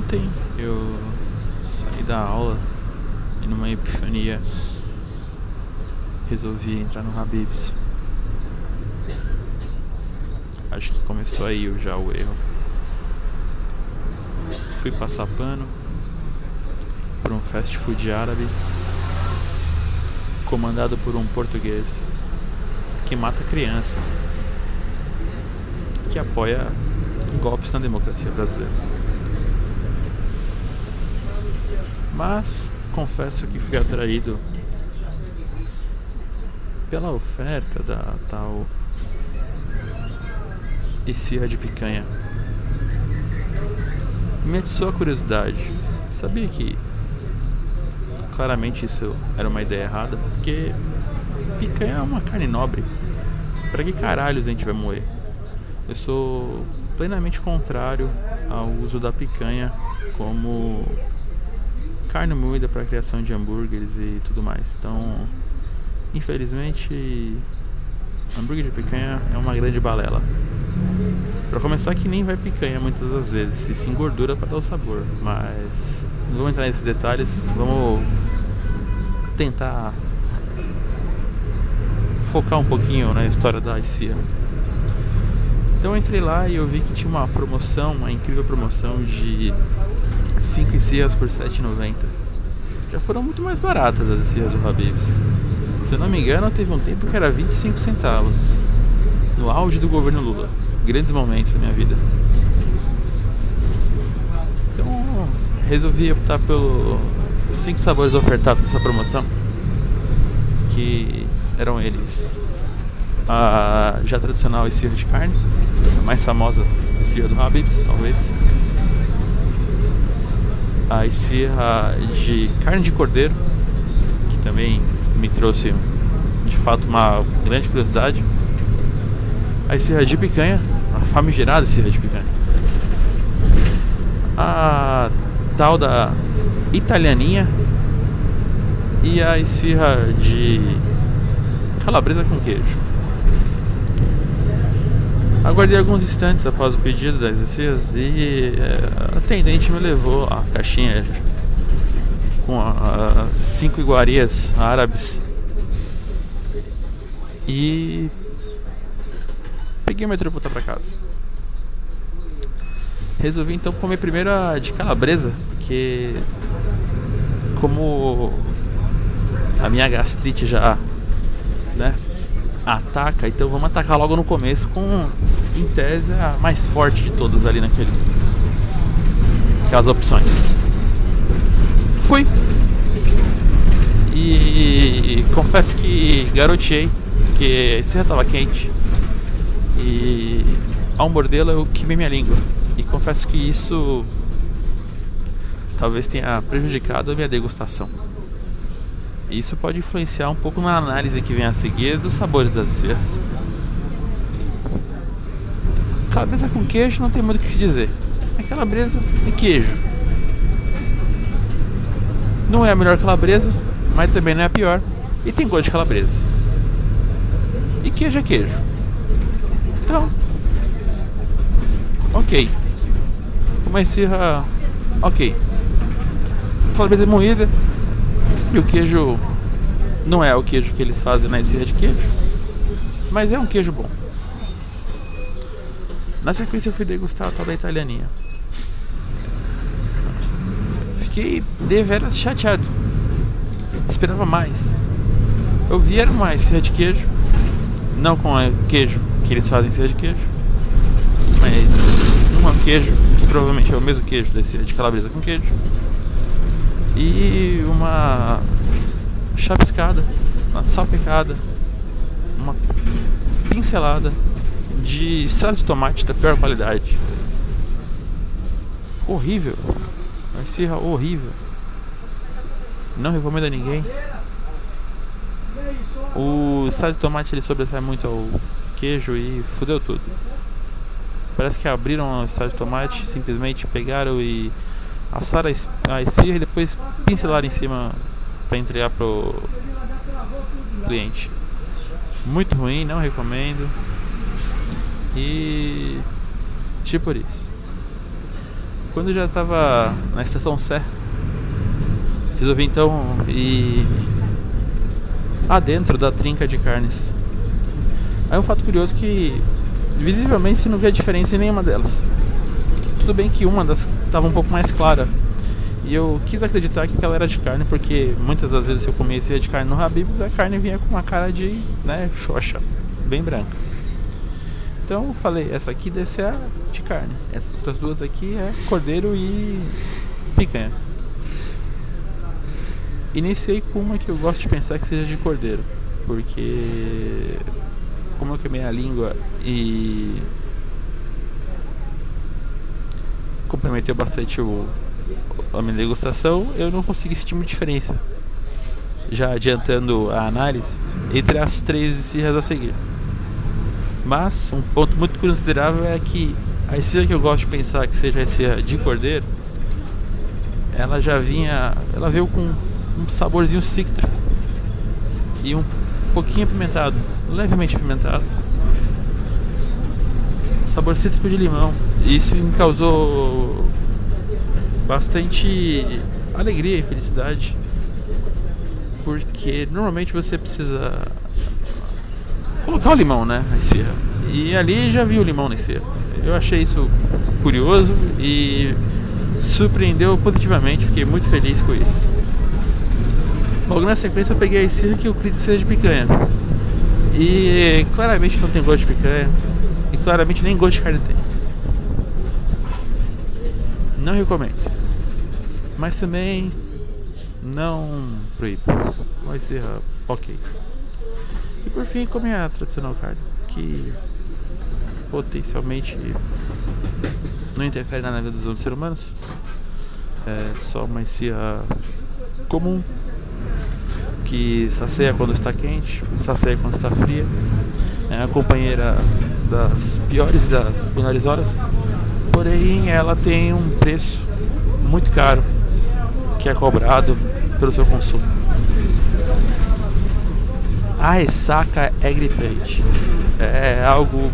Ontem eu saí da aula e numa epifania resolvi entrar no Habib's. Acho que começou aí já o erro. Fui passar pano por um fast food árabe comandado por um português que mata criança, que apoia golpes na democracia brasileira. Mas confesso que fui atraído pela oferta da tal esfirra de picanha. Me atiçou a curiosidade. Sabia que claramente isso era uma ideia errada, porque picanha é uma carne nobre. Pra que caralhos a gente vai moer? Eu sou plenamente contrário ao uso da picanha como carne moída para a criação de hambúrgueres e tudo mais. Então, infelizmente, hambúrguer de picanha é uma grande balela. Pra começar, que nem vai picanha muitas das vezes, e sim gordura para dar o sabor. Mas não vamos entrar nesses detalhes. Vamos tentar focar um pouquinho na história da esfirra. Então eu entrei lá e eu vi que tinha uma promoção, uma incrível promoção de 5 esfirras por R$ 7,90. Já foram muito mais baratas as esfirras do Habib's. Se eu não me engano, teve um tempo que era 25 centavos. No auge do governo Lula. Grandes momentos da minha vida. Então resolvi optar pelos 5 sabores ofertados nessa promoção, que eram eles: a já tradicional esfirra de carne, a mais famosa esfirra do Habib's, talvez. A esfirra de carne de cordeiro, que também me trouxe de fato uma grande curiosidade. A esfirra de picanha, a famigerada esfirra de picanha. A tal da italianinha e a esfirra de calabresa com queijo. Aguardei alguns instantes após o pedido das esfirras e a atendente me levou a caixinha com 5 iguarias árabes e peguei o metrô pra voltar pra casa. Resolvi então comer primeiro a de calabresa, porque como a minha gastrite já, né, ataca, então vamos atacar logo no começo com, em tese, a mais forte de todas ali aquelas opções. Fui e confesso que garoteei, porque a esfirra estava quente e ao mordê-la eu queimei minha língua. E confesso que isso talvez tenha prejudicado a minha degustação. Isso pode influenciar um pouco na análise que vem a seguir dos sabores das esfirras. Calabresa com queijo não tem muito o que se dizer. É calabresa e queijo. Não é a melhor calabresa, mas também não é a pior. E tem gosto de calabresa. E queijo é queijo. Então, ok. Uma esfirra, ok. Calabresa moída. E o queijo não é o queijo que eles fazem na esfirra de queijo, mas é um queijo bom. Na sequência eu fui degustar a tal da italianinha. Fiquei deveras chateado. Esperava mais. Eu vi era uma esfirra de queijo, não com o queijo que eles fazem em esfirra de queijo, mas um queijo que provavelmente é o mesmo queijo da esfirra de calabresa com queijo. E uma chapiscada, uma salpicada, uma pincelada de extrato de tomate da pior qualidade. Horrível. Uma esfirra horrível. Não recomendo a ninguém. O extrato de tomate ele sobressai muito ao queijo e fudeu tudo. Parece que abriram o extrato de tomate, simplesmente pegaram e assaram a esfirra e depois pincelaram em cima para entregar pro cliente. Muito ruim, não recomendo. E tipo isso. Quando eu já tava na estação Sé, resolvi então ir adentro da trinca de carnes. Aí um fato curioso que visivelmente você não vê a diferença em nenhuma delas. Tudo bem que uma das estava um pouco mais clara, e eu quis acreditar que aquela era de carne, porque muitas das vezes eu comia esse de carne no Habib's, a carne vinha com uma cara de, xoxa, bem branca. Então eu falei, essa aqui deve ser a de carne, essas outras duas aqui é cordeiro e picanha. Iniciei com uma que eu gosto de pensar que seja de cordeiro, porque como eu queimei a língua e comprometeu bastante a minha degustação, eu não consegui sentir muita diferença, já adiantando a análise, entre as 3 esfirras a seguir. Mas um ponto muito considerável é que a esfirra que eu gosto de pensar que seja a esfirra de cordeiro, ela veio com um saborzinho cítrico e um pouquinho apimentado, levemente apimentado, sabor cítrico de limão. E isso me causou bastante alegria e felicidade, porque normalmente você precisa colocar o limão, né, na esfirra, e ali já vi o limão na esfirra. Eu achei isso curioso e surpreendeu positivamente, fiquei muito feliz com isso. Logo na sequência eu peguei a esfirra que eu acredito seja de picanha, e claramente não tem gosto de picanha, e claramente nem gosto de carne tem. Não recomendo, mas também não proíbo. Uma esfirra ok. E por fim, comer a tradicional carne, que potencialmente não interfere na vida dos outros seres humanos. É só uma esfirra comum, que sacia quando está quente, sacia quando está fria. É a companheira das piores e das melhores horas. Porém, ela tem um preço muito caro que é cobrado pelo seu consumo. A ressaca é gritante, é algo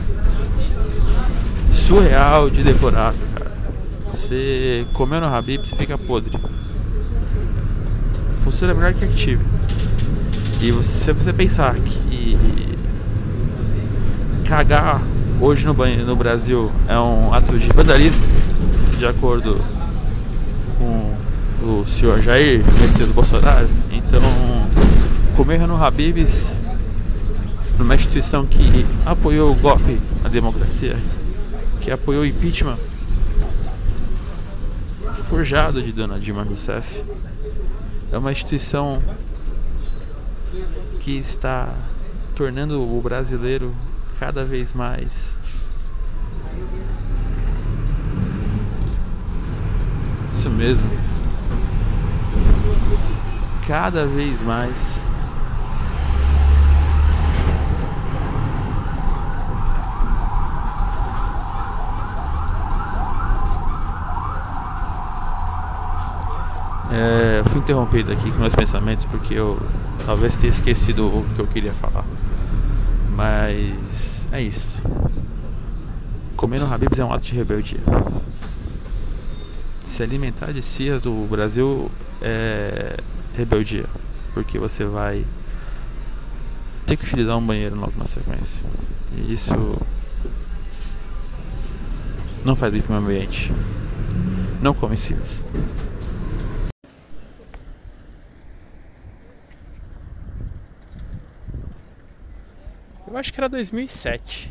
surreal de deplorável, cara. Você comeu no Habib, você fica podre. Funciona melhor que Active. E se você pensar que cagar hoje no Brasil é um ato de vandalismo, de acordo com o senhor Jair Messias Bolsonaro, então comer no Habib's, numa instituição que apoiou o golpe à democracia, que apoiou o impeachment forjado de Dona Dilma Rousseff, é uma instituição que está tornando o brasileiro cada vez mais isso mesmo, cada vez mais eu fui interrompido aqui com meus pensamentos porque eu talvez tenha esquecido o que eu queria falar. Mas é isso. Comer no Habib's é um ato de rebeldia. Se alimentar de esfirras do Brasil é rebeldia, porque você vai ter que utilizar um banheiro logo na sequência. E isso não faz bem para o meio ambiente. Não come esfirras. Eu acho que era 2007.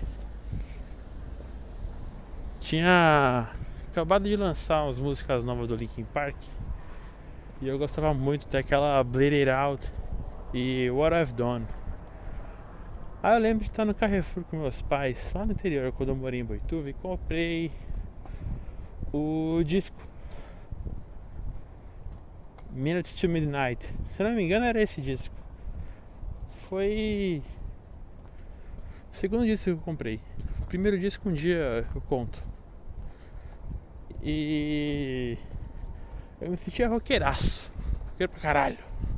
Tinha acabado de lançar umas músicas novas do Linkin Park, e eu gostava muito daquela Bleed It Out e What I've Done. Aí eu lembro de estar no Carrefour com meus pais, lá no interior, quando eu morei em Boituva, e comprei o disco Minutes to Midnight. Se eu não me engano era esse disco. Foi o segundo disco que eu comprei. O primeiro disco um dia eu conto. E eu me sentia roqueiraço, roqueiro pra caralho.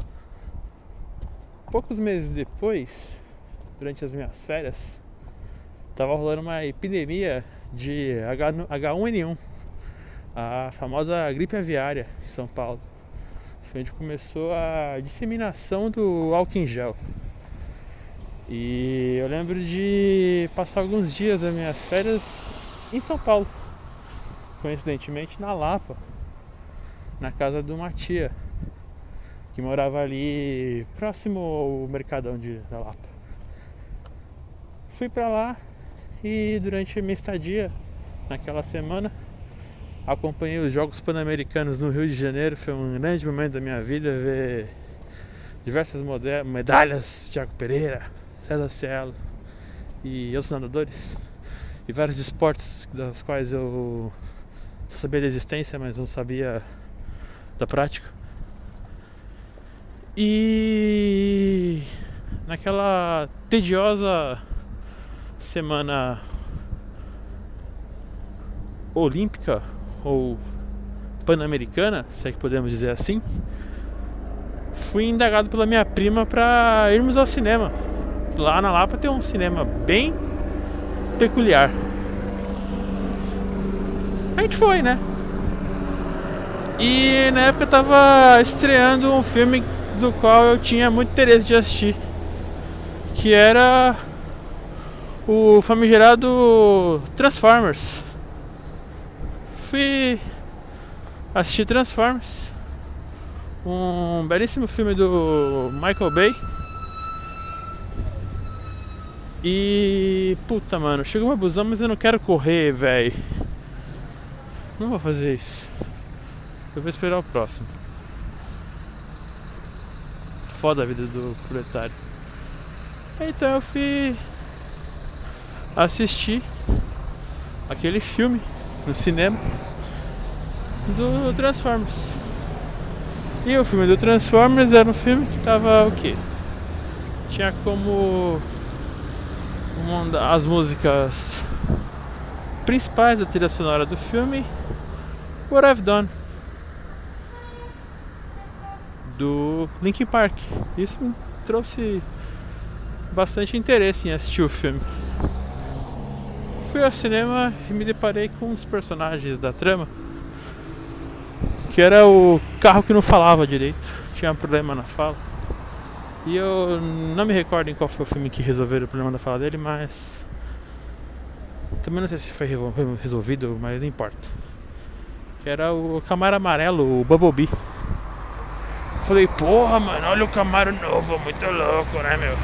Poucos meses depois, durante as minhas férias, tava rolando uma epidemia de H1N1 a famosa gripe aviária em São Paulo. Foi onde começou a disseminação do álcool em gel. E eu lembro de passar alguns dias das minhas férias em São Paulo, coincidentemente na Lapa, na casa de uma tia que morava ali próximo ao Mercadão da Lapa. Fui pra lá e durante a minha estadia naquela semana acompanhei os Jogos Pan-Americanos no Rio de Janeiro. Foi um grande momento da minha vida ver diversas medalhas, Thiago Pereira, César Cielo e outros nadadores, e vários esportes das quais eu sabia da existência, mas não sabia da prática. E naquela tediosa semana olímpica ou pan-americana, se é que podemos dizer assim, fui indagado pela minha prima para irmos ao cinema. Lá na Lapa tem um cinema bem peculiar. A gente foi, né? E na época tava estreando um filme do qual eu tinha muito interesse de assistir, que era o famigerado Transformers. Fui assistir Transformers, um belíssimo filme do Michael Bay. E puta, mano, chegou uma busão, mas eu não quero correr, velho. Não vou fazer isso. Eu vou esperar o próximo. Foda a vida do proletário. Então eu fui assistir aquele filme no cinema do Transformers. E o filme do Transformers era um filme que tava o quê? Tinha como as músicas principais da trilha sonora do filme What I've Done, do Linkin Park. Isso me trouxe bastante interesse em assistir o filme. Fui ao cinema e me deparei com os personagens da trama, que era o carro que não falava direito, tinha um problema na fala. E eu não me recordo em qual foi o filme que resolveram o problema da fala dele, mas também não sei se foi resolvido, mas não importa. Que era o Camaro amarelo, o Bumblebee. Falei, porra, mano, olha o Camaro novo, muito louco, né, meu?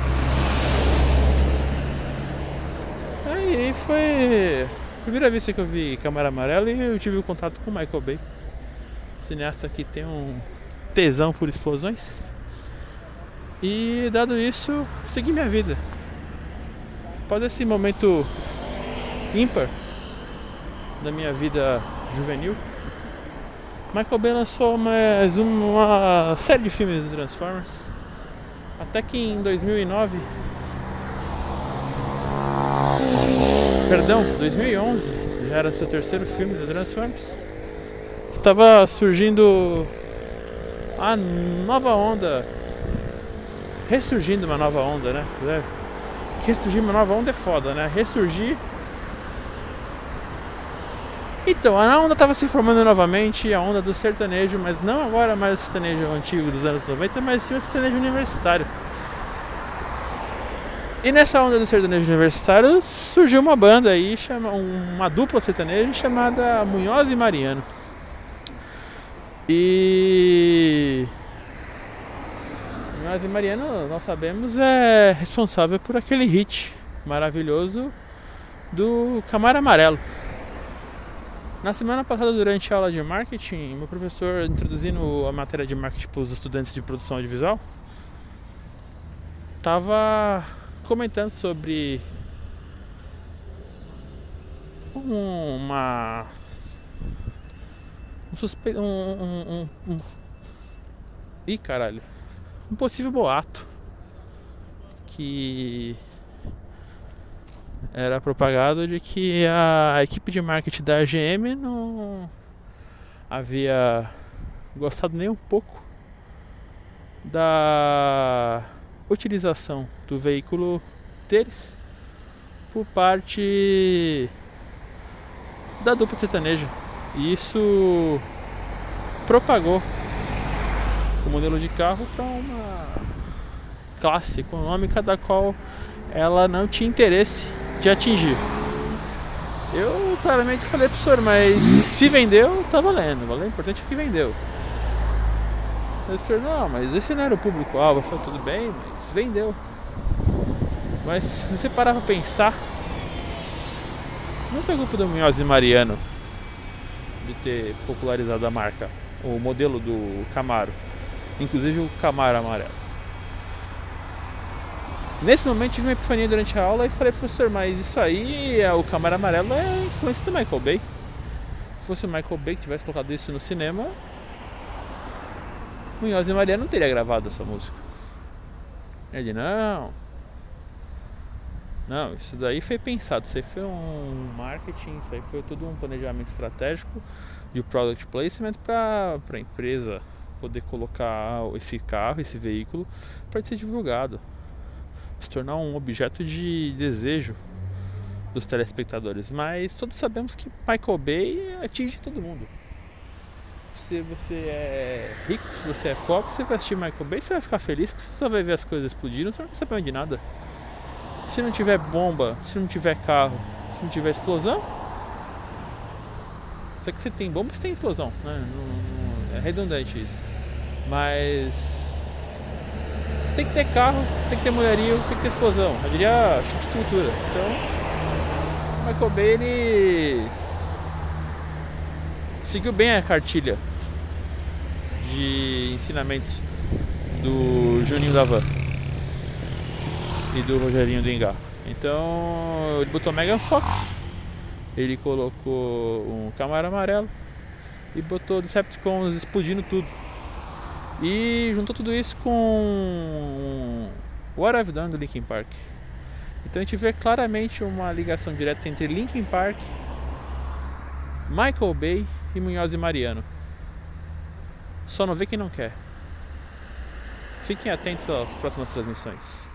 Aí foi a primeira vez que eu vi Camaro amarelo e eu tive um contato com o Michael Bay, cineasta que tem um tesão por explosões. E dado isso, segui minha vida. Após esse momento ímpar da minha vida juvenil, Michael Bay lançou mais uma série de filmes de Transformers. Até que em 2011, já era seu terceiro filme de Transformers. Estava surgindo a nova onda, ressurgindo uma nova onda, né? Ressurgir uma nova onda é foda, né? Ressurgir. Então, a onda estava se formando novamente, a onda do sertanejo, mas não agora mais o sertanejo antigo dos anos 90, mas sim o sertanejo universitário. E nessa onda do sertanejo universitário surgiu uma banda aí, uma dupla sertaneja chamada Munhoz e Mariano. E Munhoz e Mariano, nós sabemos, é responsável por aquele hit maravilhoso do Camaro Amarelo. Na semana passada, durante a aula de marketing, meu professor, introduzindo a matéria de marketing para os estudantes de produção audiovisual, estava comentando sobre um possível boato que era propagado de que a equipe de marketing da GM não havia gostado nem um pouco da utilização do veículo deles por parte da dupla sertaneja. E isso propagou o modelo de carro para uma classe econômica da qual ela não tinha interesse de atingir. Eu claramente falei pro senhor, mas se vendeu, tá valendo. O importante é que vendeu. O senhor, não, mas esse não era o público-alvo. Eu falei, tudo bem, mas vendeu. Mas se você parar pra pensar, não foi culpa do Munhoz e Mariano de ter popularizado a marca, o modelo do Camaro, inclusive o Camaro amarelo. Nesse momento tive uma epifania durante a aula e falei, professor, mas isso aí, o Camaro amarelo é influência do Michael Bay. Se fosse o Michael Bay que tivesse colocado isso no cinema, Munhoz e Mariano não teria gravado essa música. Ele, não, isso daí foi pensado, isso aí foi um marketing, isso aí foi todo um planejamento estratégico de product placement para a empresa poder colocar esse carro, esse veículo, para ser divulgado, se tornar um objeto de desejo dos telespectadores. Mas todos sabemos que Michael Bay atinge todo mundo. Se você é rico, se você é pobre, você vai assistir Michael Bay, você vai ficar feliz, porque você só vai ver as coisas explodindo, você não vai saber de nada. Se não tiver bomba, se não tiver carro, se não tiver explosão, até que você tem bomba, você tem explosão, né? É redundante isso. Mas tem que ter carro, tem que ter mulherio, tem que ter explosão. Eu diria estrutura. Então, Michael Bay, ele seguiu bem a cartilha de ensinamentos do Juninho da Van e do Rogerinho do Engar. Então ele botou Megan Fox, ele colocou um Camaro amarelo e botou Decepticons explodindo tudo. E juntou tudo isso com What I've Done do Linkin Park. Então a gente vê claramente uma ligação direta entre Linkin Park, Michael Bay e Munhoz e Mariano. Só não vê quem não quer. Fiquem atentos às próximas transmissões.